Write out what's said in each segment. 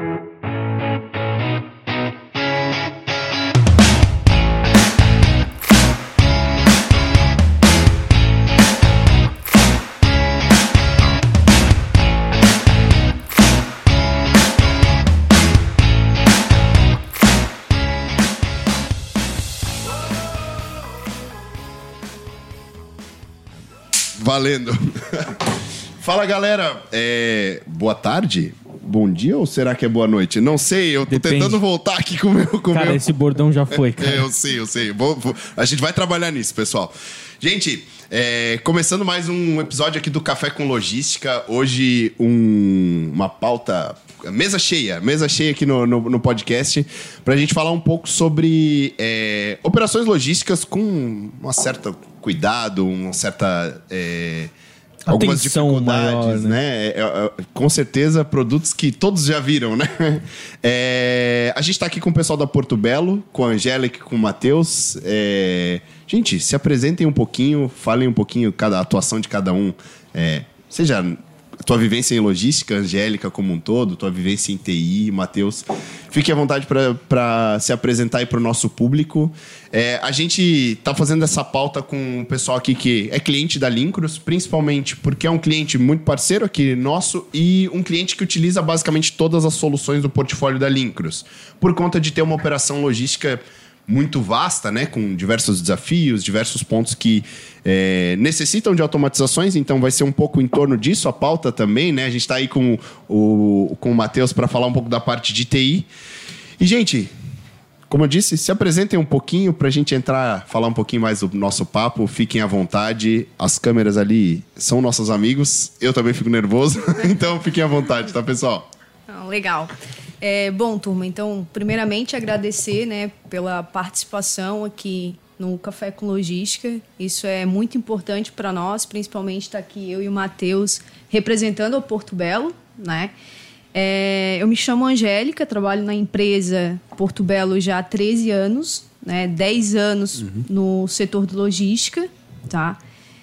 Valendo. Fala, galera. Boa tarde? Bom dia ou será que é boa noite? Não sei, eu tô tentando voltar aqui com o meu... Cara, esse bordão já foi, cara. Eu sei. A gente vai trabalhar nisso, pessoal. Gente, começando mais um episódio aqui do Café com Logística. Hoje, uma pauta... Mesa cheia aqui no podcast, pra gente falar um pouco sobre operações logísticas com uma certa cuidado, uma certa... algumas dificuldades, maior, né? Com certeza, produtos que todos já viram, né? A gente tá aqui com o pessoal da Porto Belo, com a Angélica e com o Matheus. Gente, se apresentem um pouquinho, falem um pouquinho a atuação de cada um. Seja a tua vivência em logística, Angélica, como um todo, tua vivência em TI, Matheus. Fique à vontade para se apresentar aí para o nosso público. A gente está fazendo essa pauta com o pessoal aqui que é cliente da Lincros, principalmente porque é um cliente muito parceiro aqui nosso e um cliente que utiliza basicamente todas as soluções do portfólio da Lincros, por conta de ter uma operação logística muito vasta, né, com diversos desafios, diversos pontos que necessitam de automatizações, então vai ser um pouco em torno disso a pauta também, né? A gente está aí com o Matheus para falar um pouco da parte de TI. E, gente, como eu disse, se apresentem um pouquinho para a gente falar um pouquinho mais do nosso papo, fiquem à vontade, as câmeras ali são nossos amigos, eu também fico nervoso, então fiquem à vontade, tá, pessoal? Legal. Bom, turma, então, primeiramente agradecer, né, pela participação aqui no Café com Logística. Isso é muito importante para nós, principalmente estar aqui eu e o Matheus representando o Porto Belo, né? Eu me chamo Angélica, trabalho na empresa Porto Belo já há 13 anos, né? 10 anos no setor de logística, tá?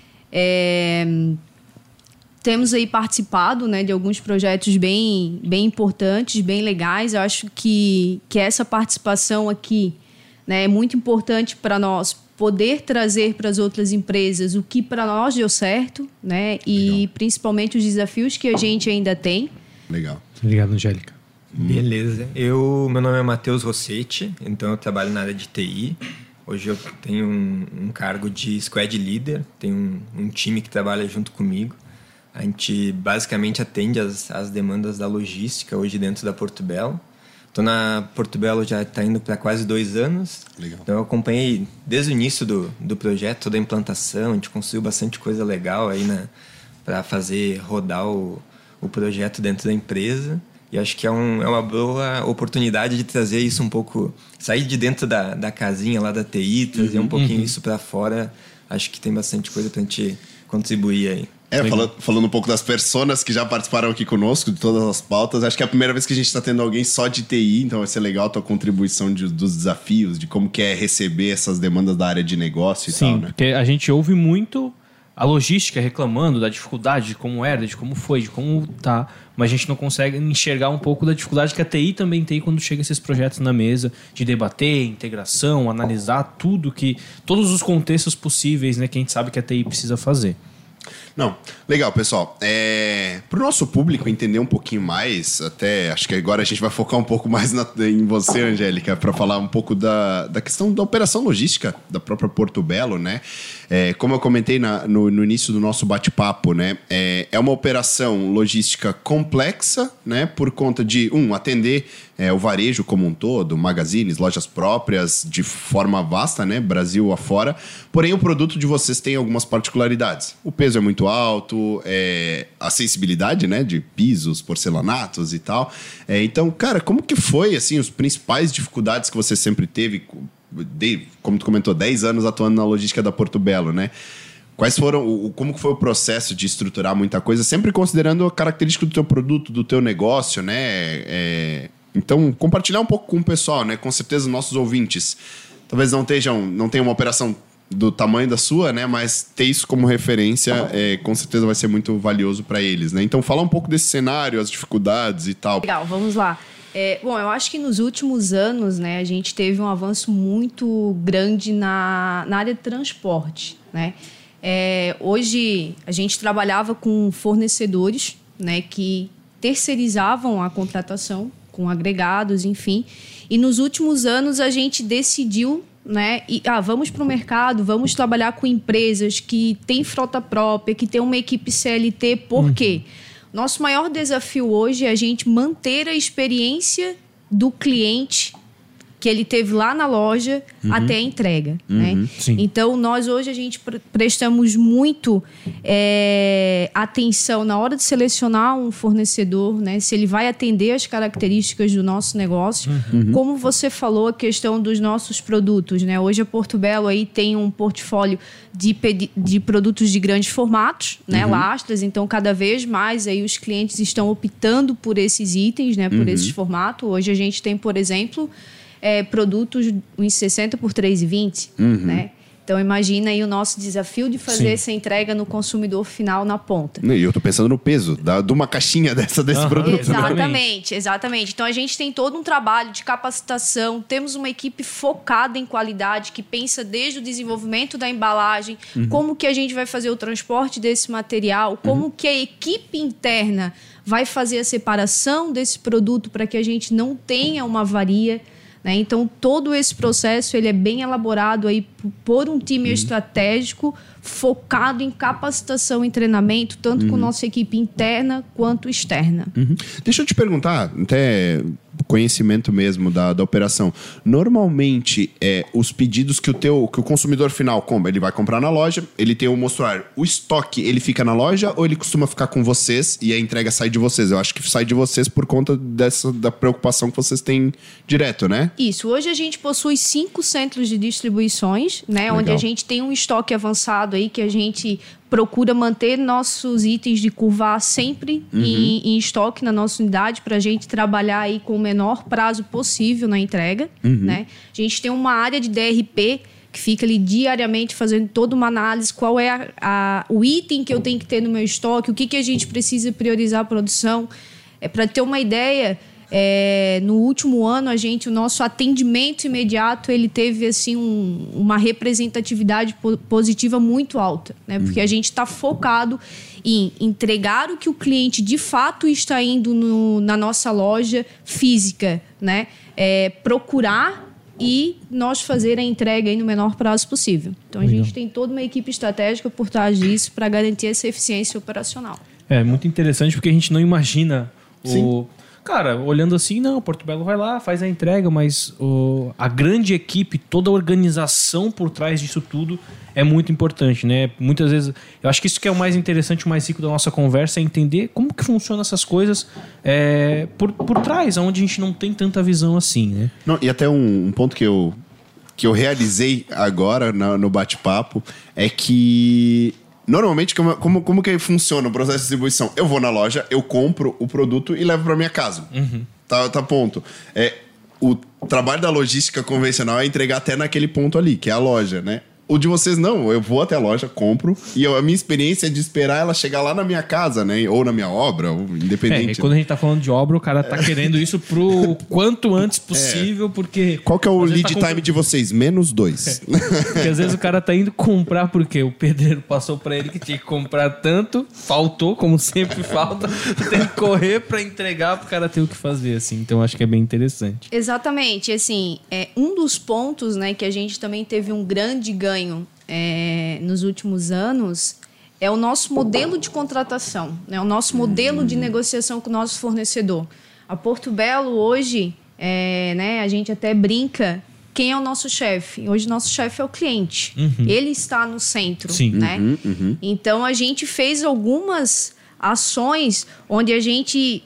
Temos aí participado, né, de alguns projetos bem importantes, bem legais. Eu acho que essa participação aqui, né, é muito importante para nós poder trazer para as outras empresas o que para nós deu certo, né, e principalmente os desafios que a gente ainda tem. Legal. Obrigado, Angélica. Beleza. Meu nome é Matheus Rossetti, então eu trabalho na área de TI. Hoje eu tenho um cargo de Squad Leader, tenho um time que trabalha junto comigo. A gente basicamente atende as demandas da logística hoje dentro da Porto Belo. Estou na Porto Belo já está indo para quase 2 anos. Legal. Então eu acompanhei desde o início do projeto, toda a implantação. A gente construiu bastante coisa legal aí para fazer rodar o projeto dentro da empresa. E acho que é uma boa oportunidade de trazer isso um pouco, sair de dentro da casinha lá da TI, trazer um pouquinho isso para fora. Acho que tem bastante coisa para a gente contribuir aí. Falando um pouco das personas que já participaram aqui conosco, de todas as pautas, acho que é a primeira vez que a gente está tendo alguém só de TI, então vai ser legal a tua contribuição dos desafios, de como que é receber essas demandas da área de negócio e tal, né? Porque a gente ouve muito a logística reclamando da dificuldade, de como era, de como foi, de como tá, mas a gente não consegue enxergar um pouco da dificuldade que a TI também tem quando chega esses projetos na mesa, de debater, integração, analisar todos os contextos possíveis, né, que a gente sabe que a TI precisa fazer. Não, legal, pessoal. Para o nosso público entender um pouquinho mais, até acho que agora a gente vai focar um pouco mais em você, Angélica, para falar um pouco da questão da operação logística da própria Porto Belo, né? Como eu comentei no início do nosso bate-papo, né? É uma operação logística complexa, né? Por conta de, atender o varejo como um todo, magazines, lojas próprias, de forma vasta, né? Brasil afora. Porém, o produto de vocês tem algumas particularidades. O peso é muito alto, a sensibilidade, né? De pisos, porcelanatos e tal. Então, cara, como que foi, assim, as principais dificuldades que você sempre teve, como tu comentou, 10 anos atuando na logística da Porto Belo, né? Quais foram, como que foi o processo de estruturar muita coisa, sempre considerando a característica do teu produto, do teu negócio, né? Então, compartilhar um pouco com o pessoal, né? Com certeza, nossos ouvintes talvez não tenham uma operação do tamanho da sua, né? Mas ter isso como referência, com certeza vai ser muito valioso para eles, né? Então, falar um pouco desse cenário, as dificuldades e tal. Legal, vamos lá. Bom, eu acho que nos últimos anos, né, a gente teve um avanço muito grande na área de transporte, né? Hoje, a gente trabalhava com fornecedores, né, que terceirizavam a contratação com agregados, enfim. E nos últimos anos, a gente decidiu, né, vamos para o mercado, vamos trabalhar com empresas que têm frota própria, que têm uma equipe CLT. Por quê? Nosso maior desafio hoje é a gente manter a experiência do cliente que ele teve lá na loja até a entrega, né? Então, nós hoje a gente prestamos muito atenção na hora de selecionar um fornecedor, né? Se ele vai atender as características do nosso negócio. Como você falou, a questão dos nossos produtos, né? Hoje a Porto Belo aí tem um portfólio de produtos de grandes formatos, né? Lastras, então cada vez mais aí os clientes estão optando por esses itens, né? Por esses formatos. Hoje a gente tem, por exemplo, produtos em 60 por 3,20, né? Então, imagina aí o nosso desafio de fazer essa entrega no consumidor final na ponta. E eu tô pensando no peso de uma caixinha desse produto. Exatamente. Então, a gente tem todo um trabalho de capacitação, temos uma equipe focada em qualidade, que pensa desde o desenvolvimento da embalagem, como que a gente vai fazer o transporte desse material, como que a equipe interna vai fazer a separação desse produto para que a gente não tenha uma avaria, né? Então, todo esse processo ele é bem elaborado aí por um time estratégico focado em capacitação e treinamento, tanto com nossa equipe interna quanto externa. Deixa eu te perguntar, até conhecimento mesmo da operação. Normalmente, os pedidos que o consumidor final compra, ele vai comprar na loja, ele tem o mostrar. O estoque, ele fica na loja ou ele costuma ficar com vocês e a entrega sai de vocês? Eu acho que sai de vocês por conta da preocupação que vocês têm direto, né? Isso. Hoje a gente possui 5 centros de distribuições, né? Legal. Onde a gente tem um estoque avançado aí que a gente procura manter nossos itens de curvar sempre em estoque na nossa unidade para a gente trabalhar aí com o menor prazo possível na entrega, né? A gente tem uma área de DRP que fica ali diariamente fazendo toda uma análise, qual é o item que eu tenho que ter no meu estoque, o que a gente precisa priorizar a produção. Para ter uma ideia, no último ano, o nosso atendimento imediato, ele teve assim, uma representatividade positiva muito alta, né? Porque a gente está focado em entregar o que o cliente de fato está indo na nossa loja física, né? Procurar e nós fazer a entrega aí no menor prazo possível. Então, a gente tem toda uma equipe estratégica por trás disso para garantir essa eficiência operacional. É muito interessante porque a gente não imagina Cara, olhando assim, não, Porto Belo vai lá, faz a entrega, mas a grande equipe, toda a organização por trás disso tudo é muito importante, né? Muitas vezes, eu acho que isso que é o mais interessante, o mais rico da nossa conversa, é entender como que funcionam essas coisas por trás, onde a gente não tem tanta visão assim, né? Não, e até um ponto que eu realizei agora no bate-papo é que... Normalmente, como que funciona o processo de distribuição? Eu vou na loja, eu compro o produto e levo para minha casa. Tá ponto. O trabalho da logística convencional é entregar até naquele ponto ali, que é a loja, né? O de vocês não, eu vou até a loja, compro, e a minha experiência é de esperar ela chegar lá na minha casa, né? Ou na minha obra, ou independente. E quando a gente tá falando de obra, o cara tá querendo isso pro quanto antes possível, porque... Qual que é o lead time de vocês? -2. Porque às vezes o cara tá indo comprar porque o pedreiro passou pra ele que tinha que comprar tanto, faltou, como sempre falta, tem que correr pra entregar pro cara ter o que fazer, assim. Então, acho que é bem interessante. Exatamente. Assim, um dos pontos, né, que a gente também teve um grande ganho nos últimos anos é o nosso modelo de contratação, né? O nosso modelo de negociação com o nosso fornecedor. A Porto Belo hoje, né, a gente até brinca, quem é o nosso chefe? Hoje o nosso chefe é o cliente. Ele está no centro. Sim. Né? Então a gente fez algumas ações onde a gente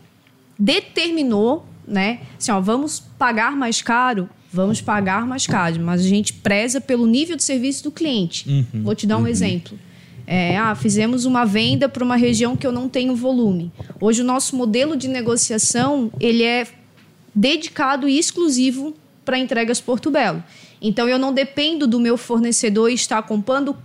determinou, né, assim, vamos pagar mais caro. Vamos pagar mais caro, mas a gente preza pelo nível de serviço do cliente. Vou te dar um exemplo. Fizemos uma venda para uma região que eu não tenho volume. Hoje o nosso modelo de negociação ele é dedicado e exclusivo para entregas Porto Belo. Então eu não dependo do meu fornecedor estar compondo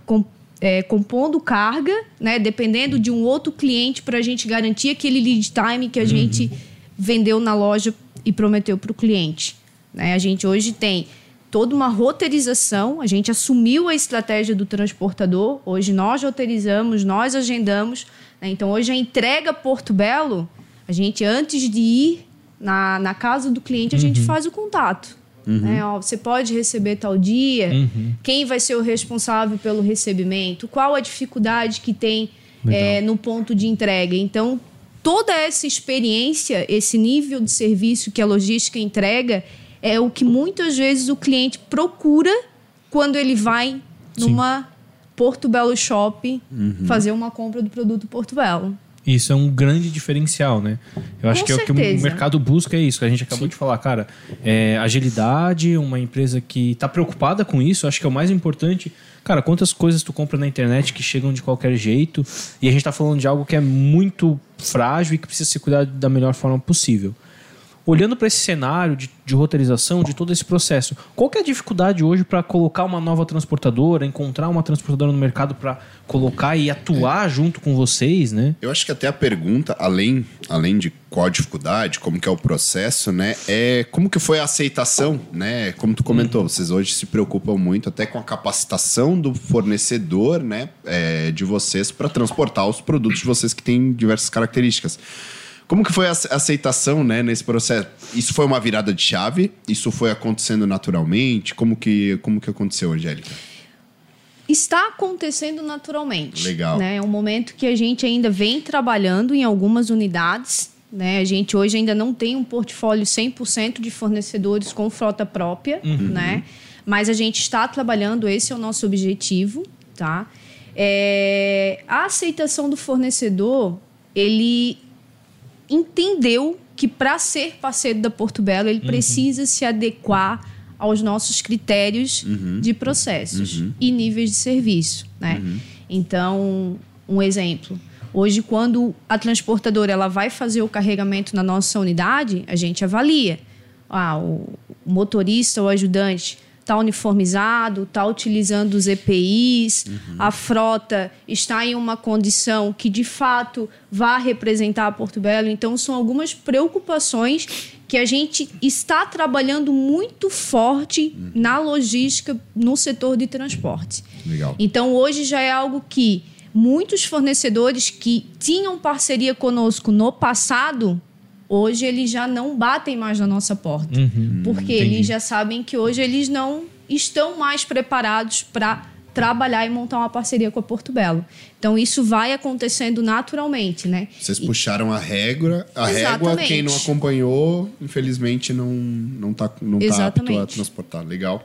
carga, né, dependendo de um outro cliente para a gente garantir aquele lead time que a gente vendeu na loja e prometeu para o cliente, né? A gente hoje tem toda uma roteirização, a gente assumiu a estratégia do transportador, hoje nós roteirizamos, nós agendamos, né? Então hoje a entrega Porto Belo, a gente antes de ir na casa do cliente, a gente faz o contato. Né? Ó, você pode receber tal dia, quem vai ser o responsável pelo recebimento, qual a dificuldade que tem no ponto de entrega. Então, toda essa experiência, esse nível de serviço que a logística entrega, é o que muitas vezes o cliente procura quando ele vai numa Porto Belo Shop fazer uma compra do produto Porto Belo. Isso é um grande diferencial, né? Eu acho Com que é o que o mercado busca, é isso que a gente acabou de falar, cara. Agilidade, uma empresa que está preocupada com isso, acho que é o mais importante. Cara, quantas coisas tu compra na internet que chegam de qualquer jeito, e a gente está falando de algo que é muito frágil e que precisa ser cuidado da melhor forma possível. Olhando para esse cenário de roteirização, de todo esse processo, qual que é a dificuldade hoje para colocar uma nova transportadora, encontrar uma transportadora no mercado para colocar e atuar junto com vocês, né? Eu acho que até a pergunta, além de qual a dificuldade, como que é o processo, né? É como que foi a aceitação, né? Como tu comentou, vocês hoje se preocupam muito até com a capacitação do fornecedor, né? De vocês para transportar os produtos de vocês que têm diversas características. Como que foi a aceitação, né, nesse processo? Isso foi uma virada de chave? Isso foi acontecendo naturalmente? Como que aconteceu, Angélica? Está acontecendo naturalmente. Legal. Né? É um momento que a gente ainda vem trabalhando em algumas unidades. Né? A gente hoje ainda não tem um portfólio 100% de fornecedores com frota própria. Né? Mas a gente está trabalhando, esse é o nosso objetivo. Tá? A aceitação do fornecedor, ele entendeu que para ser parceiro da Porto Belo, ele precisa se adequar aos nossos critérios de processos e níveis de serviço. Né? Então, um exemplo. Hoje, quando a transportadora ela vai fazer o carregamento na nossa unidade, a gente avalia. O motorista, o ajudante está uniformizado, está utilizando os EPIs, a frota está em uma condição que, de fato, vai representar a Porto Belo. Então, são algumas preocupações que a gente está trabalhando muito forte na logística, no setor de transporte. Legal. Então, hoje já é algo que muitos fornecedores que tinham parceria conosco no passado, hoje eles já não batem mais na nossa porta. Porque eles já sabem que hoje eles não estão mais preparados para trabalhar e montar uma parceria com a Porto Belo. Então, isso vai acontecendo naturalmente, né? Vocês puxaram a régua, quem não acompanhou, infelizmente, não tá apto a transportar. Legal.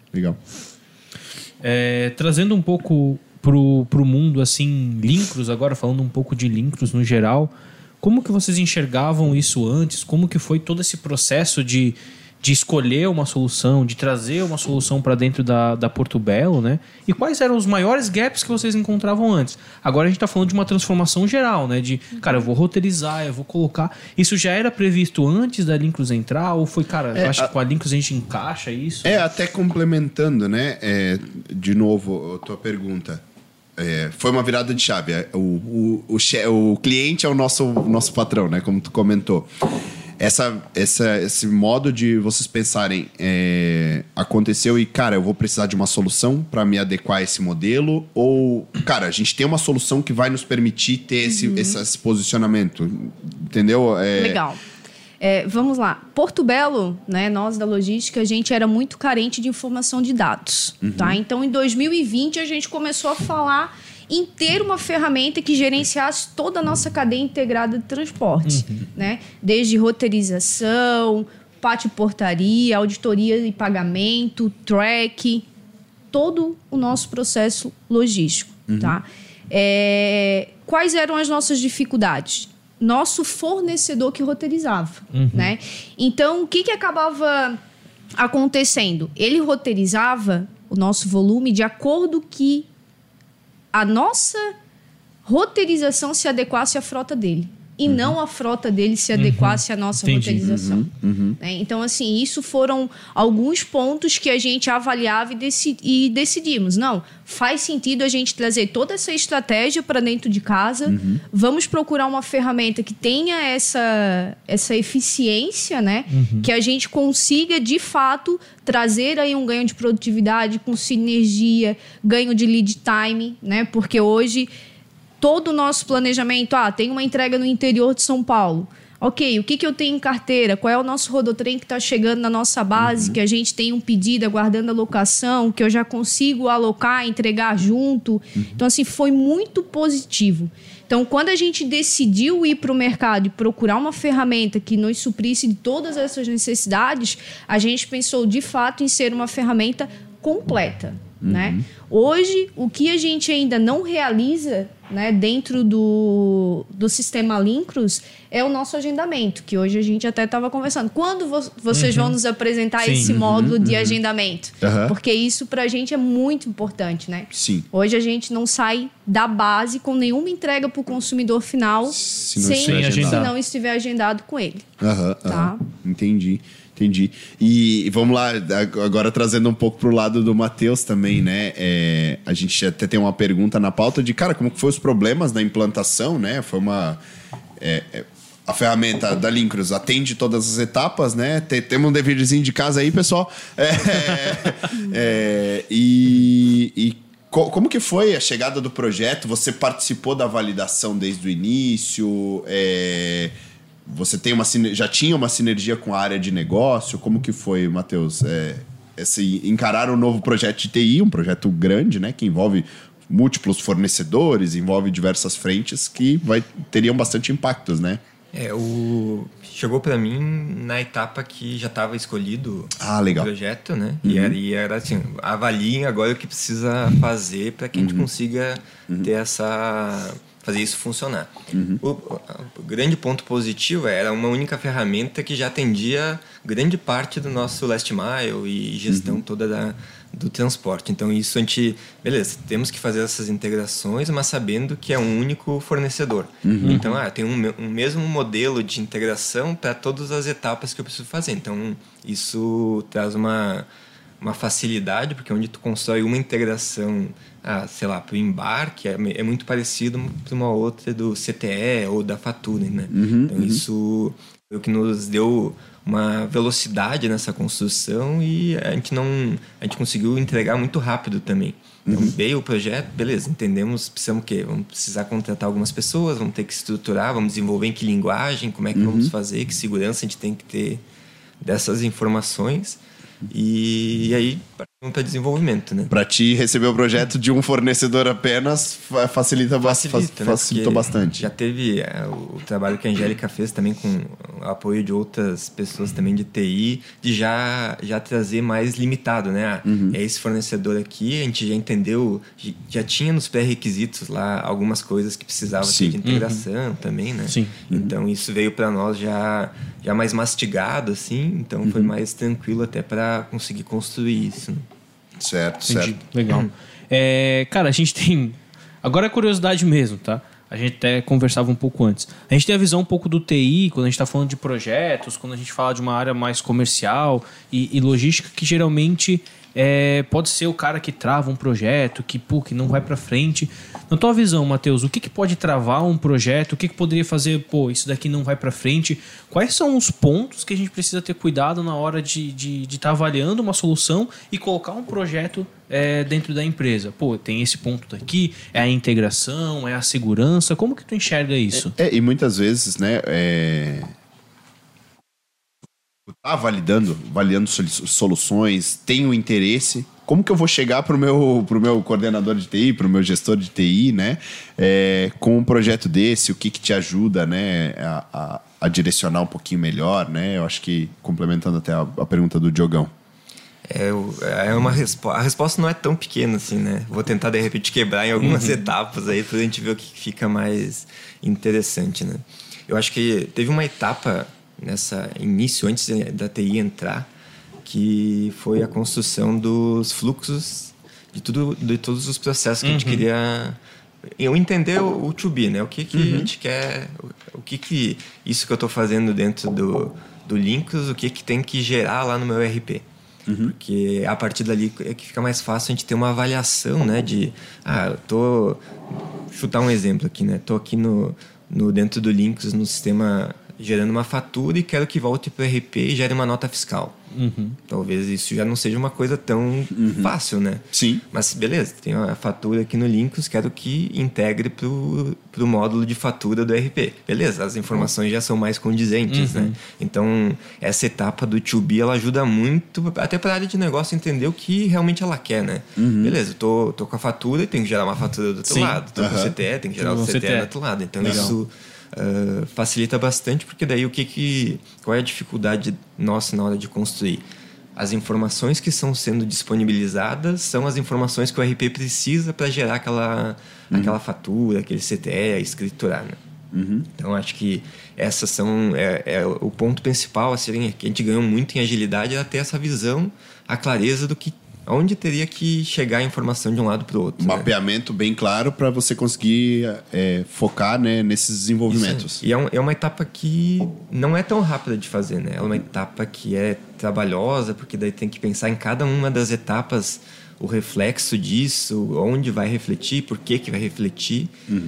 Trazendo um pouco pro mundo, assim, Lincros, agora falando um pouco de Lincros no geral, como que vocês enxergavam isso antes? Como que foi todo esse processo de escolher uma solução, de trazer uma solução para dentro da Porto Belo, né? E quais eram os maiores gaps que vocês encontravam antes? Agora a gente está falando de uma transformação geral, né? Cara, eu vou roteirizar, eu vou colocar... Isso já era previsto antes da Lincros entrar? Ou foi, cara, eu acho que com a Lincros a gente encaixa isso? Até complementando, né? De novo, a tua pergunta. Foi uma virada de chave. O cliente é o nosso patrão, né? Como tu comentou. Esse modo de vocês pensarem aconteceu e, cara, eu vou precisar de uma solução para me adequar a esse modelo? Ou, cara, a gente tem uma solução que vai nos permitir ter esse posicionamento? Entendeu? Legal. Vamos lá. Porto Belo, né, nós da logística, a gente era muito carente de informação de dados. Tá? Então, em 2020, a gente começou a falar em ter uma ferramenta que gerenciasse toda a nossa cadeia integrada de transporte. Né? Desde roteirização, pátio portaria, auditoria e pagamento, track, todo o nosso processo logístico. Tá? Quais eram as nossas dificuldades? Nosso fornecedor que roteirizava. Né? Então, o que acabava acontecendo? Ele roteirizava o nosso volume de acordo que a nossa roteirização se adequasse à frota dele. e não a frota dele se adequasse à nossa roteirização. Né? Então, assim, isso foram alguns pontos que a gente avaliava e decidimos. Não, faz sentido a gente trazer toda essa estratégia para dentro de casa. Vamos procurar uma ferramenta que tenha essa eficiência, né? Que a gente consiga, de fato, trazer aí um ganho de produtividade com sinergia, ganho de lead time, né? Porque hoje todo o nosso planejamento, tem uma entrega no interior de São Paulo. Ok, o que eu tenho em carteira? Qual é o nosso rodotrem que está chegando na nossa base, que a gente tem um pedido aguardando a locação, que eu já consigo alocar, entregar junto. Então, assim, foi muito positivo. Então, quando a gente decidiu ir para o mercado e procurar uma ferramenta que nos suprisse de todas essas necessidades, a gente pensou, de fato, em ser uma ferramenta completa. Né? Hoje, o que a gente ainda não realiza, né, dentro do sistema Lincros é o nosso agendamento, que hoje a gente até estava conversando. Quando vocês vão nos apresentar esse módulo de agendamento? Porque isso para a gente é muito importante. Né? Sim. Hoje a gente não sai da base com nenhuma entrega para o consumidor final se não estiver agendado com ele. Tá? Entendi. E vamos lá, agora trazendo um pouco pro lado do Matheus também, né? A gente até tem uma pergunta na pauta de, cara, como que foi os problemas na implantação, né? Foi uma... a ferramenta da Lincros atende todas as etapas, né? Temos um deverzinho de casa aí, pessoal. Como que foi a chegada do projeto? Você participou da validação desde o início? Você já tinha uma sinergia com a área de negócio? Como que foi, Matheus? Encarar um novo projeto de TI, um projeto grande, né? Que envolve múltiplos fornecedores, envolve diversas frentes que teriam bastante impactos, né? Chegou para mim na etapa que já estava escolhido o projeto, né? E era assim, avaliem agora o que precisa fazer para que a gente consiga ter fazer isso funcionar. O grande ponto positivo era uma única ferramenta que já atendia grande parte do nosso last mile e gestão toda do transporte. Então, isso a gente... Beleza, temos que fazer essas integrações, mas sabendo que é um único fornecedor. Então, tem um mesmo modelo de integração para todas as etapas que eu preciso fazer. Então, isso traz uma facilidade, porque onde tu constrói uma integração, sei lá, para o embarque, é muito parecido para uma outra do CTE ou da fatura, né? Então, isso é o que nos deu uma velocidade nessa construção e a gente conseguiu entregar muito rápido também. Então, veio o projeto, beleza, entendemos, precisamos o quê? Vamos precisar contratar algumas pessoas, vamos ter que estruturar, vamos desenvolver em que linguagem, como é que vamos fazer, que segurança a gente tem que ter dessas informações. E aí para desenvolvimento, né? Para ti, receber o projeto de um fornecedor apenas facilitou bastante. Já teve o trabalho que a Angélica fez também com o apoio de outras pessoas também de TI, de já trazer mais limitado, né? É esse fornecedor aqui, a gente já entendeu, já tinha nos pré-requisitos lá algumas coisas que precisava ter de integração também, né? Sim. Então isso veio para nós já mais mastigado, assim, então foi mais tranquilo até para conseguir construir isso, né? Certo. Legal. Cara, a gente tem... Agora é curiosidade mesmo, tá? A gente até conversava um pouco antes. A gente tem a visão um pouco do TI, quando a gente está falando de projetos, quando a gente fala de uma área mais comercial e logística, que geralmente pode ser o cara que trava um projeto, que não vai para frente. Na tua visão, Matheus, o que pode travar um projeto? O que poderia fazer, isso daqui não vai para frente? Quais são os pontos que a gente precisa ter cuidado na hora de estar avaliando uma solução e colocar um projeto dentro da empresa? Tem esse ponto daqui, é a integração, é a segurança. Como que tu enxerga isso? E muitas vezes, né, tá validando soluções, tem um interesse. Como que eu vou chegar pro meu coordenador de TI, pro meu gestor de TI, né, com um projeto desse, o que te ajuda, né, a direcionar um pouquinho melhor, né? Eu acho que, complementando até a pergunta do Diogão. A resposta não é tão pequena assim, né? Vou tentar, de repente, quebrar em algumas etapas aí pra gente ver o que fica mais interessante, né? Eu acho que teve uma etapa nessa início, antes da TI entrar, que foi a construção dos fluxos de todos os processos que a gente queria eu entender o to be, né? O que a gente quer, isso que eu estou fazendo dentro do Linkus, o que tem que gerar lá no meu ERP. Porque a partir dali é que fica mais fácil a gente ter uma avaliação, né? Chutar um exemplo aqui, né? Tô aqui dentro do Linkus, no sistema, gerando uma fatura e quero que volte para o ERP e gere uma nota fiscal. Talvez isso já não seja uma coisa tão fácil, né? Sim. Mas beleza, tem uma fatura aqui no Linkus, quero que integre pro módulo de fatura do ERP. Beleza, as informações já são mais condizentes, né? Então, essa etapa do to be, ela ajuda muito, até para a área de negócio entender o que realmente ela quer, né? Beleza, tô com a fatura e tenho que gerar uma fatura do outro lado. Tô com o CTE, tem que gerar o CTE do outro lado. Então, isso facilita bastante, porque daí qual é a dificuldade nossa na hora de construir? As informações que estão sendo disponibilizadas são as informações que o RP precisa para gerar aquela fatura, aquele CTE, escriturar, né? Então, acho que essas são o ponto principal, assim, que a gente ganhou muito em agilidade, era ter essa visão, a clareza do que onde teria que chegar a informação de um lado para o outro. Mapeamento, né? Bem claro para você conseguir focar, né, nesses desenvolvimentos. Isso. E é uma etapa que não é tão rápida de fazer, né? É uma etapa que é trabalhosa, porque daí tem que pensar em cada uma das etapas o reflexo disso, onde vai refletir, por que vai refletir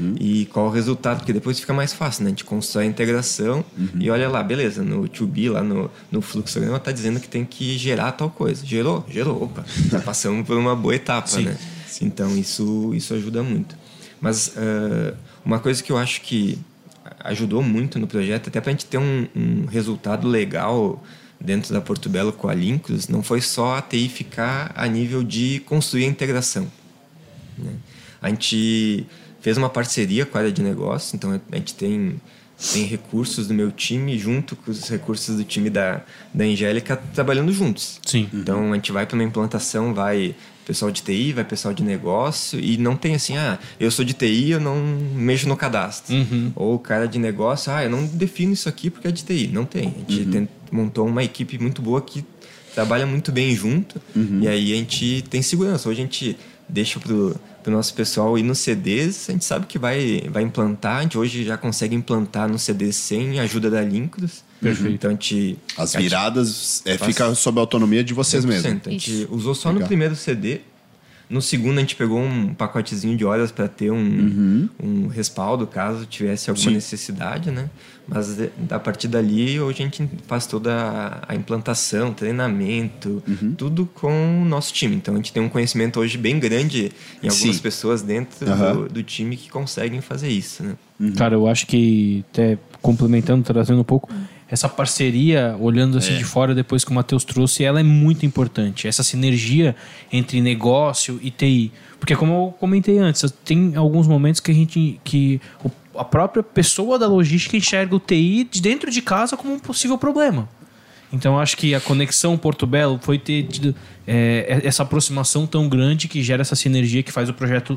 e qual o resultado, porque depois fica mais fácil, né? A gente constrói a integração e olha lá, beleza, no to be, lá no fluxograma está dizendo que tem que gerar tal coisa. Gerou, opa, já passamos por uma boa etapa, sim, né? Sim. Então isso ajuda muito. Mas uma coisa que eu acho que ajudou muito no projeto, até para a gente ter um resultado legal dentro da Porto Belo com a Linkus, não foi só a TI ficar a nível de construir a integração, né? A gente fez uma parceria com a área de negócio, então a gente tem recursos do meu time junto com os recursos do time da Angélica trabalhando juntos. Sim. Então a gente vai para uma implantação, vai pessoal de TI, vai pessoal de negócio, e não tem assim, eu sou de TI, eu não mexo no cadastro. Ou o cara de negócio, eu não defino isso aqui porque é de TI. Não tem. A gente montou uma equipe muito boa que trabalha muito bem junto, e aí a gente tem segurança. Hoje a gente deixa pro nosso pessoal ir nos CDs, a gente sabe que vai implantar, a gente hoje já consegue implantar nos CDs sem ajuda da Linkus. Perfeito. Então as viradas fica sob a autonomia de vocês 100%. Mesmos. A gente usou só no primeiro CD. No segundo a gente pegou um pacotezinho de horas para ter um respaldo caso tivesse alguma necessidade, né? Mas a partir dali hoje a gente faz toda a implantação, treinamento, tudo com o nosso time. Então a gente tem um conhecimento hoje bem grande em algumas pessoas dentro do time que conseguem fazer isso, né? Cara, eu acho que, até complementando, trazendo um pouco, essa parceria, olhando assim de fora, depois que o Matheus trouxe, ela é muito importante. Essa sinergia entre negócio e TI. Porque, como eu comentei antes, tem alguns momentos que a própria pessoa da logística enxerga o TI de dentro de casa como um possível problema. Então, acho que a conexão Porto Belo foi ter tido essa aproximação tão grande que gera essa sinergia que faz o projeto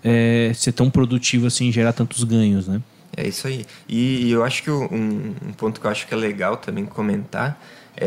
ser tão produtivo assim, gerar tantos ganhos, né? É isso aí. E eu acho que um ponto que eu acho que é legal também comentar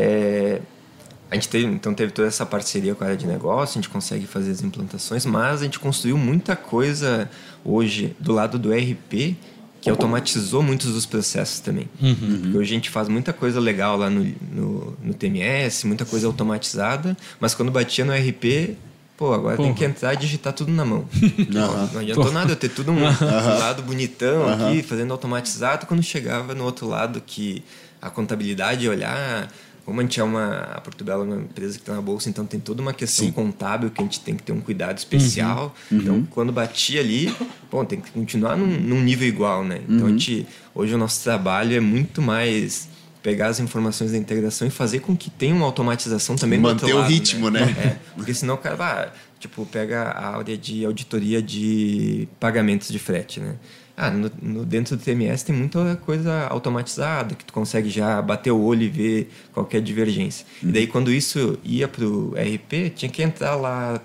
a gente teve toda essa parceria com a área de negócio, a gente consegue fazer as implantações, mas a gente construiu muita coisa hoje do lado do ERP que automatizou muitos dos processos também. Porque hoje a gente faz muita coisa legal lá no TMS, muita coisa automatizada, mas quando batia no ERP... agora tem que entrar e digitar tudo na mão. Não adiantou nada eu ter tudo um lado bonitão aqui, fazendo automatizado, quando chegava no outro lado que a contabilidade ia olhar. Como a gente a Porto Belo é uma empresa que está na bolsa, então tem toda uma questão contábil que a gente tem que ter um cuidado especial. Então, quando batia ali, tem que continuar num nível igual, né? Então, hoje o nosso trabalho é muito mais... pegar as informações da integração e fazer com que tenha uma automatização também do outro lado. Manter o ritmo, né? Porque senão o cara pega a área de auditoria de pagamentos de frete, né? Dentro do TMS tem muita coisa automatizada que tu consegue já bater o olho e ver qualquer divergência. E daí quando isso ia pro RP, tinha que entrar lá,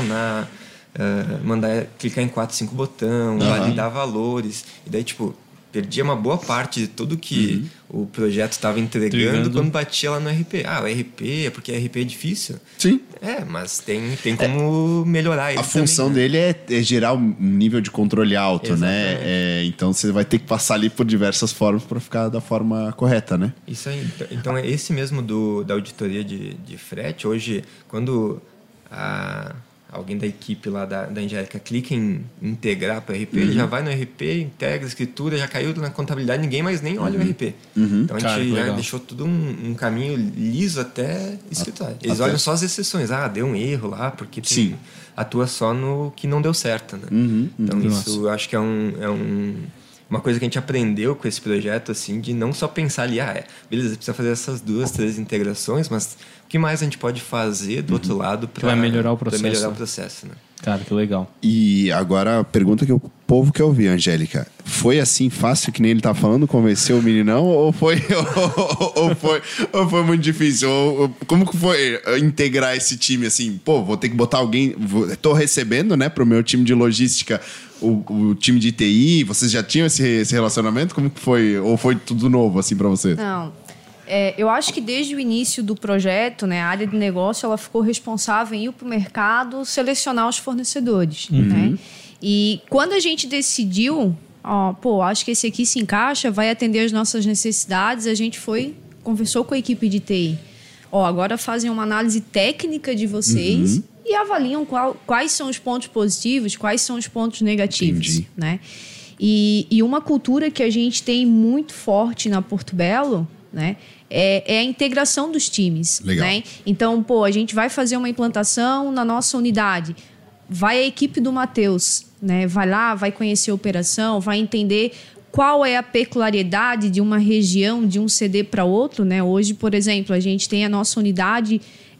selecionar, clicar em 4, 5 botões, validar valores. E daí, perdia uma boa parte de tudo que o projeto estava entregando quando batia lá no RP. O RP é porque RP é difícil. Sim. Mas tem como melhorar ele. A função também, dele é gerar um nível de controle alto, né? Então você vai ter que passar ali por diversas formas para ficar da forma correta, né? Isso aí. Então é esse mesmo da auditoria de frete. Hoje, quando alguém da equipe lá da Angélica clica em integrar para o RP, ele já vai no RP, integra a escritura, já caiu na contabilidade, ninguém mais nem olha o RP. Então a gente já deixou tudo um caminho liso até escritório. Eles olham só as exceções. Deu um erro lá, porque atua só no que não deu certo, né? Então isso eu acho que é uma coisa que a gente aprendeu com esse projeto, assim, de não só pensar ali, beleza, precisa fazer essas 2, 3 integrações, mas o que mais a gente pode fazer do outro lado para melhorar o processo, né? Cara, que legal. E agora a pergunta que o povo quer ouvir, Angélica. Foi assim fácil que nem ele tá falando, convenceu o meninão? Ou foi muito difícil? Como que foi integrar esse time assim? Vou ter que botar alguém... Tô recebendo, né, pro meu time de logística o time de TI. Vocês já tinham esse relacionamento? Como que foi? Ou foi tudo novo assim para vocês? Não. Eu acho que desde o início do projeto, né, a área de negócio ela ficou responsável em ir para o mercado selecionar os fornecedores. Né? E quando a gente decidiu, acho que esse aqui se encaixa, vai atender as nossas necessidades, a gente conversou com a equipe de TI. Agora fazem uma análise técnica de vocês e avaliam quais são os pontos positivos, quais são os pontos negativos. Entendi. Né? E uma cultura que a gente tem muito forte na Porto Belo, né, é a integração dos times. Legal. Né? Então, a gente vai fazer uma implantação na nossa unidade. Vai a equipe do Matheus, né? Vai lá, vai conhecer a operação, vai entender qual é a peculiaridade de uma região, de um CD para outro. Né? Hoje, por exemplo, a gente tem a nossa unidade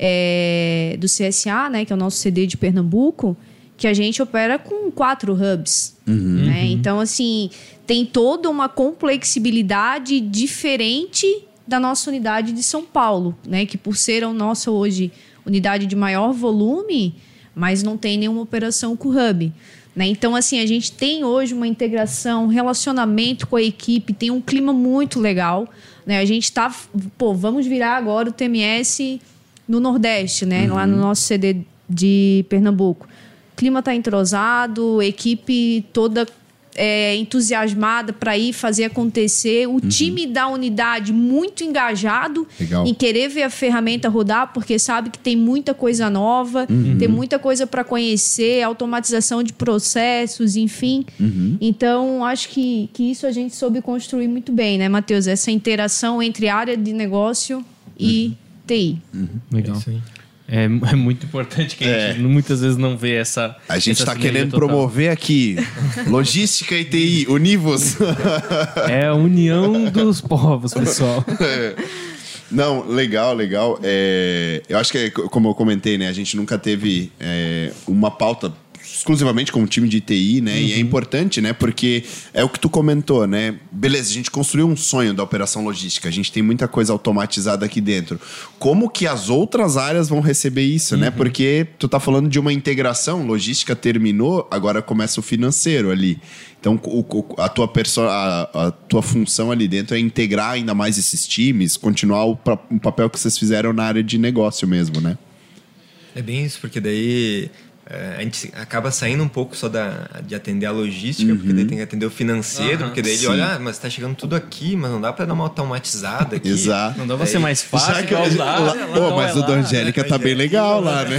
do CSA, né, que é o nosso CD de Pernambuco, que a gente opera com 4 hubs. Né? Então, assim, tem toda uma complexibilidade diferente da nossa unidade de São Paulo, né? Que por ser a nossa hoje unidade de maior volume, mas não tem nenhuma operação com o hub. Né? Então, assim, a gente tem hoje uma integração, um relacionamento com a equipe, tem um clima muito legal. Né? A gente está... vamos virar agora o TMS no Nordeste, né? Lá no nosso CD de Pernambuco. O clima está entrosado, equipe toda entusiasmada para ir fazer acontecer. O time da unidade muito engajado em querer ver a ferramenta rodar, porque sabe que tem muita coisa nova, tem muita coisa para conhecer, automatização de processos, enfim. Então, acho que isso a gente soube construir muito bem, né, Matheus? Essa interação entre área de negócio e TI. Legal. É muito importante que a gente muitas vezes não vê essa... A gente está querendo promover aqui logística e TI, univos. É a união dos povos, pessoal. Não, legal. Eu acho que, como eu comentei, né, a gente nunca teve uma pauta exclusivamente como time de TI, né? E é importante, né? Porque é o que tu comentou, né? Beleza, a gente construiu um sonho da operação logística, a gente tem muita coisa automatizada aqui dentro. Como que as outras áreas vão receber isso, né? Porque tu tá falando de uma integração, logística terminou, agora começa o financeiro ali. Então, a tua função ali dentro é integrar ainda mais esses times, continuar o papel que vocês fizeram na área de negócio mesmo, né? É bem isso, porque daí... a gente acaba saindo um pouco só de atender a logística, porque daí tem que atender o financeiro, porque daí ele olha, mas tá chegando tudo aqui, mas não dá pra dar uma automatizada aqui. Exato. Não dá pra ser mais fácil. Mas o da Angélica tá bem legal lá, né?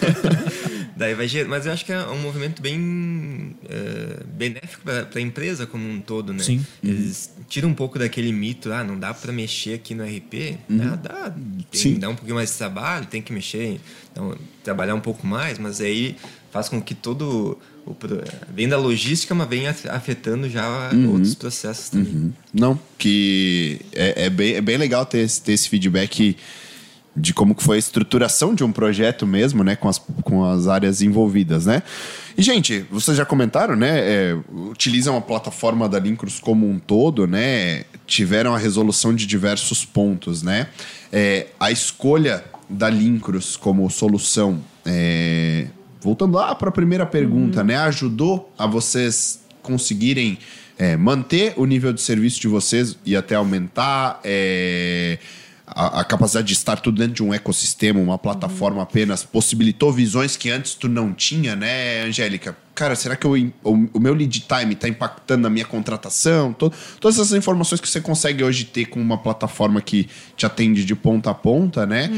Daí vai gerar, mas eu acho que é um movimento bem benéfico para a empresa como um todo, né? Sim. Eles tiram um pouco daquele mito, não dá para mexer aqui no RP. Dá um pouquinho mais de trabalho, tem que mexer, então, trabalhar um pouco mais, mas aí faz com que todo vem da logística, mas vem afetando já outros processos também. Não, que é bem legal ter esse feedback de como que foi a estruturação de um projeto mesmo, né, com as áreas envolvidas, né? E, gente, vocês já comentaram, né, utilizam a plataforma da Lincros como um todo, né, tiveram a resolução de diversos pontos, né? A escolha da Lincros como solução, voltando lá para a primeira pergunta, né, ajudou a vocês conseguirem manter o nível de serviço de vocês e até aumentar a capacidade de estar tudo dentro de um ecossistema, uma plataforma apenas, possibilitou visões que antes tu não tinha, né, Angélica? Cara, será que o meu lead time está impactando na minha contratação? Todas essas informações que você consegue hoje ter com uma plataforma que te atende de ponta a ponta, né?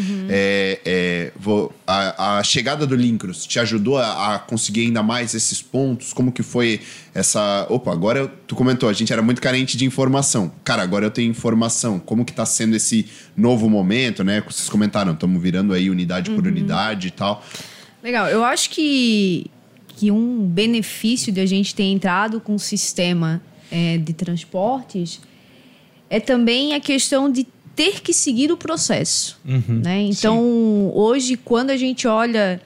A chegada do Linkros te ajudou a conseguir ainda mais esses pontos? Como que foi essa... Opa, agora tu comentou, a gente era muito carente de informação. Cara, agora eu tenho informação. Como que está sendo esse novo momento, né? Vocês comentaram, estamos virando aí unidade por unidade e tal. Legal, eu acho que um benefício de a gente ter entrado com o sistema de transportes é também a questão de ter que seguir o processo. Né? Então, hoje, quando a gente olha,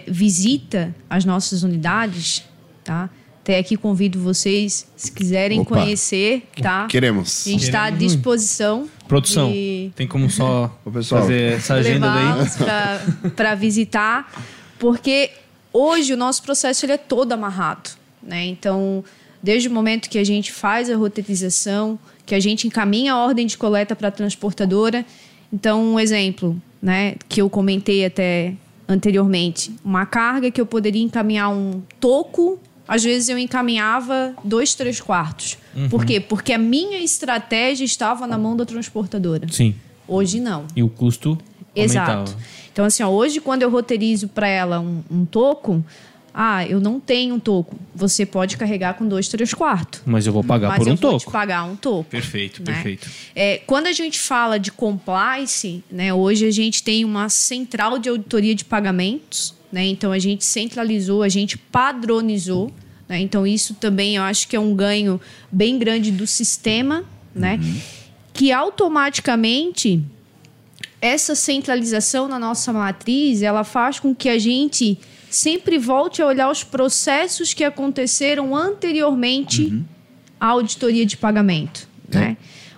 visita as nossas unidades, tá? Até aqui convido vocês, se quiserem conhecer, tá? Queremos. A gente está à disposição. Produção, tem como só fazer essa agenda daí? Para visitar, porque hoje o nosso processo ele é todo amarrado, né? Então, desde o momento que a gente faz a roteirização, que a gente encaminha a ordem de coleta para a transportadora. Então, um exemplo, né, que eu comentei até anteriormente, uma carga que eu poderia encaminhar um toco, às vezes eu encaminhava 2, 3 quartos. Por quê? Porque a minha estratégia estava na mão da transportadora. Sim. Hoje não. E o custo aumentava. Exato. Então, assim, hoje, quando eu roteirizo para ela um toco, eu não tenho um toco. Você pode carregar com 2, 3 quartos. Mas eu vou pagar por um toco. Mas eu vou te pagar um toco. Perfeito, né? perfeito. Quando a gente fala de compliance, né, hoje a gente tem uma central de auditoria de pagamentos, né? Então, a gente centralizou, a gente padronizou, né? Então, isso também eu acho que é um ganho bem grande do sistema, né? Que automaticamente essa centralização na nossa matriz, ela faz com que a gente sempre volte a olhar os processos que aconteceram anteriormente à auditoria de pagamento, né?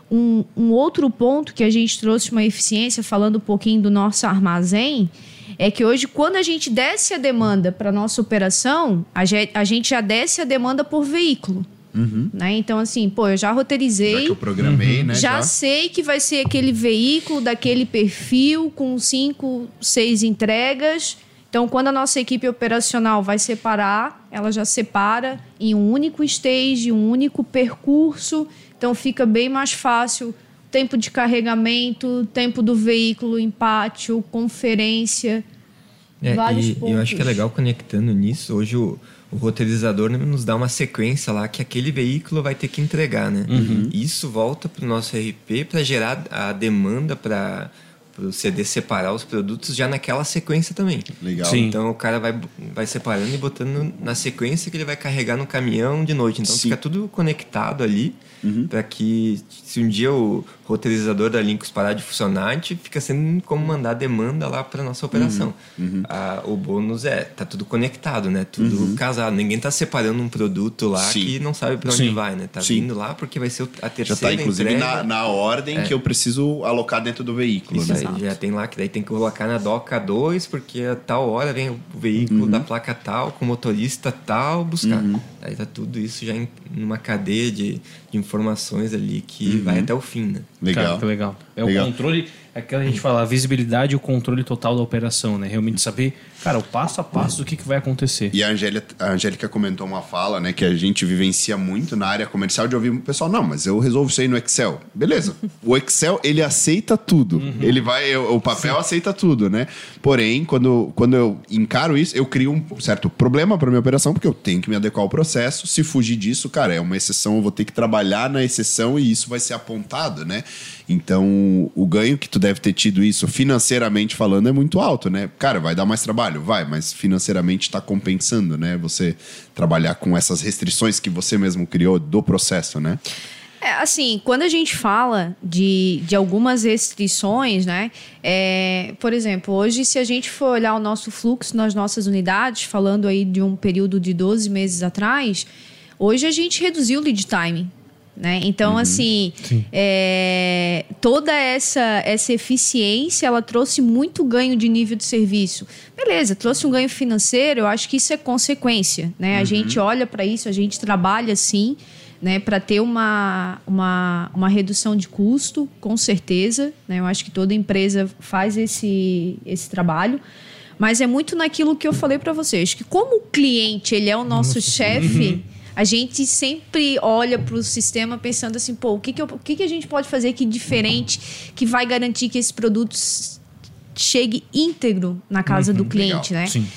Um outro ponto que a gente trouxe uma eficiência, falando um pouquinho do nosso armazém, é que hoje, quando a gente desce a demanda para a nossa operação, a gente já desce a demanda por veículo. Né? Então, assim, eu já roteirizei. Já que eu programei, né? Já sei que vai ser aquele veículo daquele perfil com 5, 6 entregas. Então, quando a nossa equipe operacional vai separar, ela já separa em um único stage, um único percurso. Então, fica bem mais fácil tempo de carregamento, tempo do veículo em pátio, conferência, vários pontos. E eu acho que é legal conectando nisso. Hoje o roteirizador nos dá uma sequência lá que aquele veículo vai ter que entregar, né? Isso volta para o nosso RP para gerar a demanda para o CD separar os produtos já naquela sequência também. Legal. Sim. Então o cara vai separando e botando na sequência que ele vai carregar no caminhão de noite. Então fica tudo conectado ali para que se um dia o roteirizador da Linkros parar de funcionar, a gente fica sendo como mandar demanda lá para nossa operação. O bônus tá tudo conectado, né? Tudo casado. Ninguém tá separando um produto lá que não sabe para onde vai, né? Tá vindo lá porque vai ser a terceira já tá, inclusive, entrega. na ordem que eu preciso alocar dentro do veículo. Isso né? aí, já tem lá, que daí tem que colocar na DOCA 2, porque a tal hora vem o veículo da placa tal, com o motorista tal, buscar. Aí tá tudo isso já numa cadeia de informações ali que vai até o fim, né? Legal. Cara, que legal. O controle, aquela a gente fala, a visibilidade e o controle total da operação, né? Realmente saber, cara, o passo a passo do que vai acontecer. E a Angélica comentou uma fala, né, que a gente vivencia muito na área comercial de ouvir o pessoal, não, mas eu resolvo isso aí no Excel. Beleza. O Excel, ele aceita tudo. Ele o papel aceita tudo, né? Porém, quando eu encaro isso, eu crio um certo problema para minha operação, porque eu tenho que me adequar ao processo. Se fugir disso, cara, é uma exceção, eu vou ter que trabalhar na exceção e isso vai ser apontado, né? Então, o ganho que tu deve ter tido isso financeiramente falando é muito alto, né? Cara, vai dar mais trabalho? Vai, mas financeiramente está compensando, né? Você trabalhar com essas restrições que você mesmo criou do processo, né? Assim, quando a gente fala de algumas restrições, né? Por exemplo, hoje, se a gente for olhar o nosso fluxo nas nossas unidades, falando aí de um período de 12 meses atrás, hoje a gente reduziu o lead time. né? Então, assim, toda essa eficiência, ela trouxe muito ganho de nível de serviço. Beleza, trouxe um ganho financeiro, eu acho que isso é consequência, né? A gente olha para isso, a gente trabalha assim, né, para ter uma redução de custo, com certeza, né? Eu acho que toda empresa faz esse trabalho. Mas é muito naquilo que eu falei para vocês, que como o cliente ele é o nosso chefe, a gente sempre olha para o sistema pensando assim, pô, o que a gente pode fazer aqui diferente que vai garantir que esse produto chegue íntegro na casa do cliente, legal. né? Sim.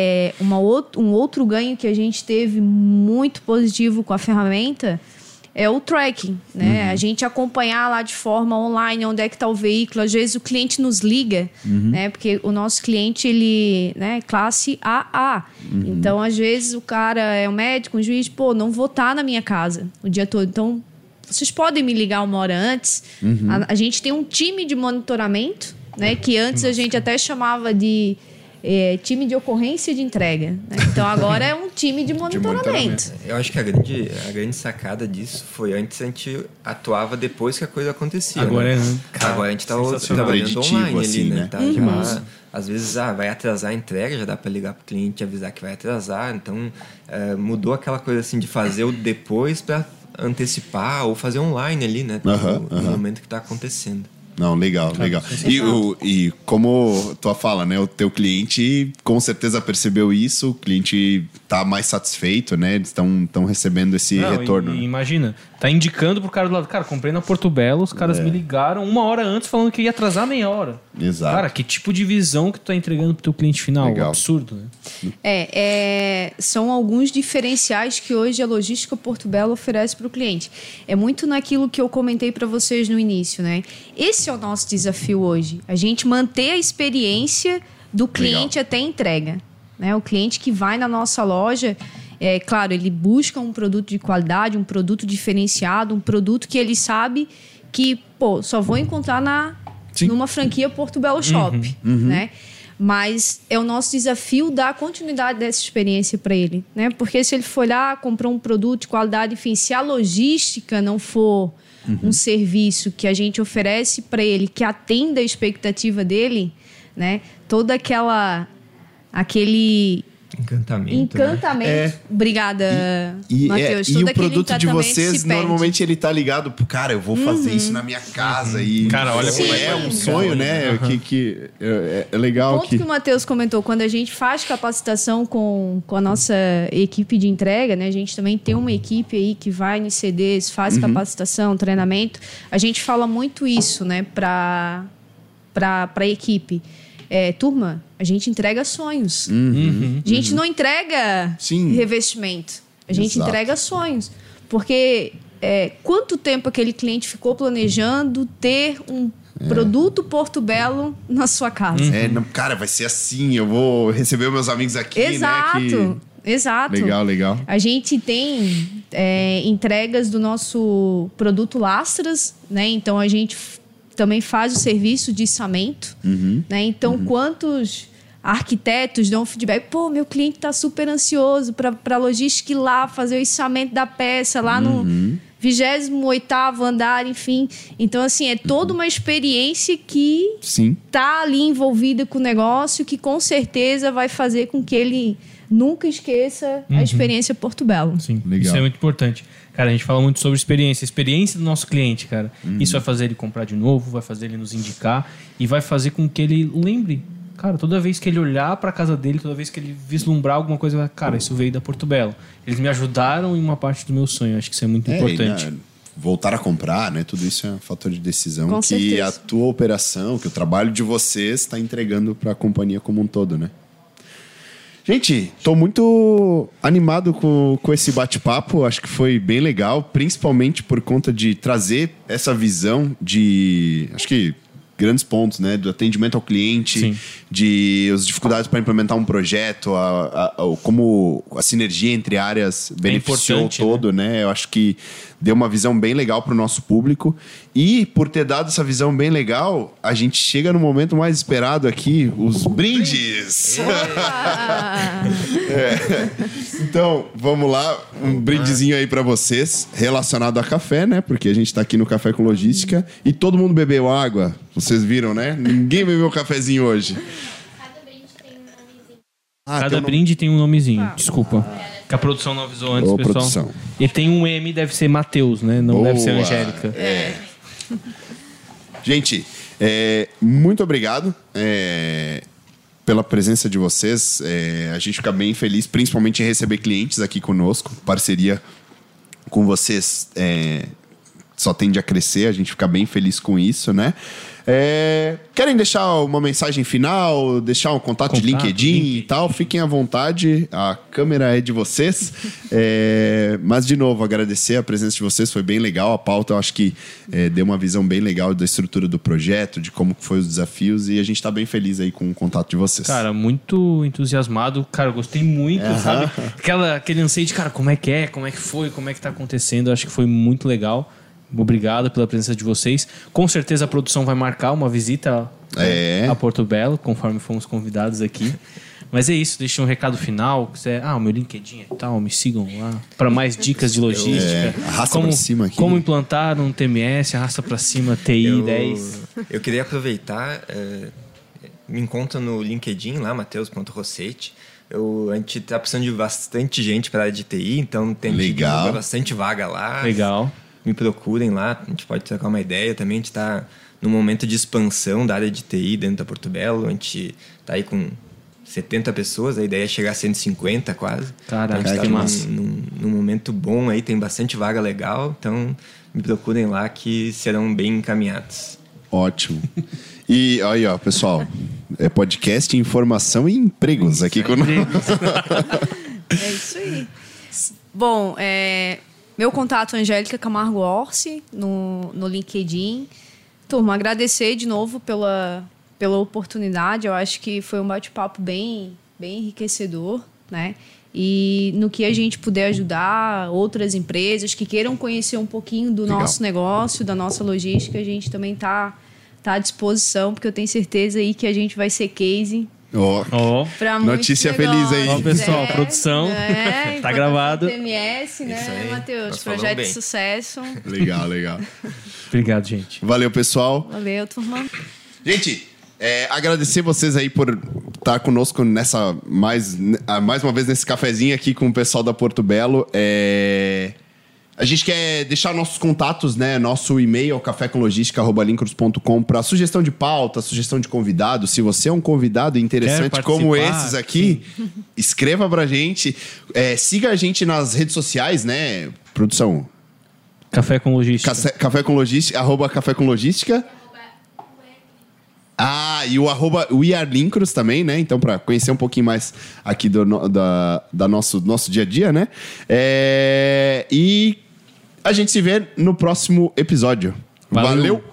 Um outro ganho que a gente teve muito positivo com a ferramenta é o tracking, né? A gente acompanhar lá de forma online onde é que está o veículo. Às vezes o cliente nos liga, né? Porque o nosso cliente, ele, né, classe AA. Então, às vezes o cara é um médico, um juiz, pô, não vou estar na minha casa o dia todo. Então, vocês podem me ligar 1 hora antes. A gente tem um time de monitoramento, né? Que antes a gente até chamava de time de ocorrência de entrega, né? Então agora é um time de monitoramento. Eu acho que a grande sacada disso foi antes a gente atuava depois que a coisa acontecia. Agora né? Agora a gente estava trabalhando online assim, ali, né? né? Tá, às vezes vai atrasar a entrega, já dá para ligar pro cliente e avisar que vai atrasar. Então mudou aquela coisa assim de fazer o depois para antecipar ou fazer online ali, né? No momento que está acontecendo. Não, legal. E como tu fala, né? O teu cliente com certeza percebeu isso, o cliente tá mais satisfeito, né? Eles estão recebendo esse retorno. E imagina, tá indicando pro cara do lado, cara, comprei na Porto Belo, os caras me ligaram 1 hora antes falando que ia atrasar meia hora. Exato. Cara, que tipo de visão que tu tá entregando pro teu cliente final? Legal. Absurdo, né? São alguns diferenciais que hoje a logística Porto Belo oferece para o cliente. É muito naquilo que eu comentei para vocês no início, né? Esse é o nosso desafio hoje. A gente manter a experiência do cliente até a entrega, né? O cliente que vai na nossa loja, claro, ele busca um produto de qualidade, um produto diferenciado, um produto que ele sabe que, pô, só vou encontrar numa franquia Porto Belo Shop, né? Mas é o nosso desafio dar continuidade dessa experiência para ele, né? Porque se ele for lá, comprou um produto de qualidade, enfim, se a logística não for um serviço que a gente oferece para ele, que atenda a expectativa dele, né? Toda aquele encantamento. Né? Obrigada, Matheus. E o produto de vocês, normalmente ele tá ligado pro cara, eu vou fazer isso na minha casa. E cara, olha como é um sonho, né? Que é legal. O ponto que o Matheus comentou, quando a gente faz capacitação com a nossa equipe de entrega, né? A gente também tem uma equipe aí que vai nos CDs, faz capacitação, treinamento. A gente fala muito isso, né? Pra equipe. Turma, a gente entrega sonhos. A gente não entrega revestimento. A gente entrega sonhos. Porque quanto tempo aquele cliente ficou planejando ter um produto Porto Belo na sua casa? Cara, vai ser assim, eu vou receber meus amigos aqui, Exato. né? Exato. Legal. A gente tem entregas do nosso produto Lastras, né? Então a gente também faz o serviço de içamento, né? Então, quantos arquitetos dão feedback? Pô, meu cliente está super ansioso para a logística ir lá fazer o içamento da peça lá no 28º andar, enfim. Então, assim, é toda uma experiência que está ali envolvida com o negócio, que com certeza vai fazer com que ele nunca esqueça a experiência Porto Belo. Sim, legal. Isso é muito importante. Cara, a gente fala muito sobre experiência. Experiência do nosso cliente, cara. Isso vai fazer ele comprar de novo, vai fazer ele nos indicar e vai fazer com que ele lembre. Cara, toda vez que ele olhar para a casa dele, toda vez que ele vislumbrar alguma coisa, cara, isso veio da Porto Belo. Eles me ajudaram em uma parte do meu sonho. Acho que isso é muito importante. Voltar a comprar, né? Tudo isso é um fator de decisão com que certeza. A tua operação, que o trabalho de vocês está entregando para a companhia como um todo, né? Gente, tô muito animado com esse bate-papo. Acho que foi bem legal, principalmente por conta de trazer essa visão de... Acho que grandes pontos, né? Do atendimento ao cliente, Sim. de as dificuldades para implementar um projeto, como a sinergia entre áreas beneficiou importante, todo, né? Eu acho que deu uma visão bem legal para o nosso público. E por ter dado essa visão bem legal, a gente chega no momento mais esperado aqui, os brindes. Então, vamos lá, um brindezinho aí para vocês, relacionado a café, né? Porque a gente tá aqui no Café com Logística e todo mundo bebeu água. Vocês viram, né? Ninguém bebeu cafezinho hoje. Cada brinde tem um nomezinho. Cada brinde tem um nomezinho, desculpa. Que a produção não avisou antes, Ô, pessoal. produção. E tem um M, deve ser Matheus, né? Não deve ser Angélica. Gente, muito obrigado pela presença de vocês. A gente fica bem feliz, principalmente em receber clientes aqui conosco. Parceria com vocês só tende a crescer, a gente fica bem feliz com isso, né? Querem deixar uma mensagem final, deixar um contato de LinkedIn e tal? Fiquem à vontade, a câmera é de vocês. Mas, de novo, agradecer a presença de vocês, foi bem legal. A pauta, eu acho que deu uma visão bem legal da estrutura do projeto, de como foi os desafios, e a gente está bem feliz aí com o contato de vocês. Cara, muito entusiasmado. Cara, eu gostei muito, sabe? Aquele anseio de, cara, como é que foi, como é que tá acontecendo. Eu acho que foi muito legal. Obrigado pela presença de vocês. Com certeza a produção vai marcar uma visita a Porto Belo, conforme fomos convidados aqui. Mas é isso, deixa um recado final. Quiser, o meu LinkedIn e tal, me sigam lá para mais dicas de logística. Arrasta pra cima aqui. Como implantar um TMS, arrasta para cima, TI 10. Eu queria aproveitar, me encontra no LinkedIn lá, mateus.rossetti. A gente tá precisando de bastante gente para a área de TI, então tem bastante vaga lá. Legal. Me procurem lá, a gente pode trocar uma ideia também. A gente está num momento de expansão da área de TI dentro da Porto Belo. A gente está aí com 70 pessoas, a ideia é chegar a 150 quase. Caraca, então, a gente que tá massa. num momento bom aí, tem bastante vaga legal. Então, me procurem lá que serão bem encaminhados. Ótimo. E aí, ó, pessoal, podcast, informação e empregos aqui conosco. É isso aí. Bom, meu contato é Angélica Camargo Orsi no LinkedIn. Turma, agradecer de novo pela oportunidade. Eu acho que foi um bate-papo bem enriquecedor, né? E no que a gente puder ajudar outras empresas que queiram conhecer um pouquinho do nosso negócio, da nossa logística, a gente também tá à disposição, porque eu tenho certeza aí que a gente vai ser case. Pra notícia feliz aí. Ó, pessoal, produção. Tá gravado. TMS, né, Matheus? Projeto de sucesso. Legal. Obrigado, gente. Valeu, pessoal. Valeu, turma. Gente, agradecer vocês aí por estar conosco mais uma vez nesse cafezinho aqui com o pessoal da Porto Belo. A gente quer deixar nossos contatos, né? Nosso e-mail, cafécomlogistica@lincros.com, para sugestão de pauta, sugestão de convidado. Se você é um convidado interessante como esses aqui, escreva pra gente. Siga a gente nas redes sociais, né? Produção. Café com Logística. Café com Logística, @café com Logística. E o @WeAreLincros também, né? Então, para conhecer um pouquinho mais aqui do nosso dia a dia, né? E a gente se vê no próximo episódio. Valeu.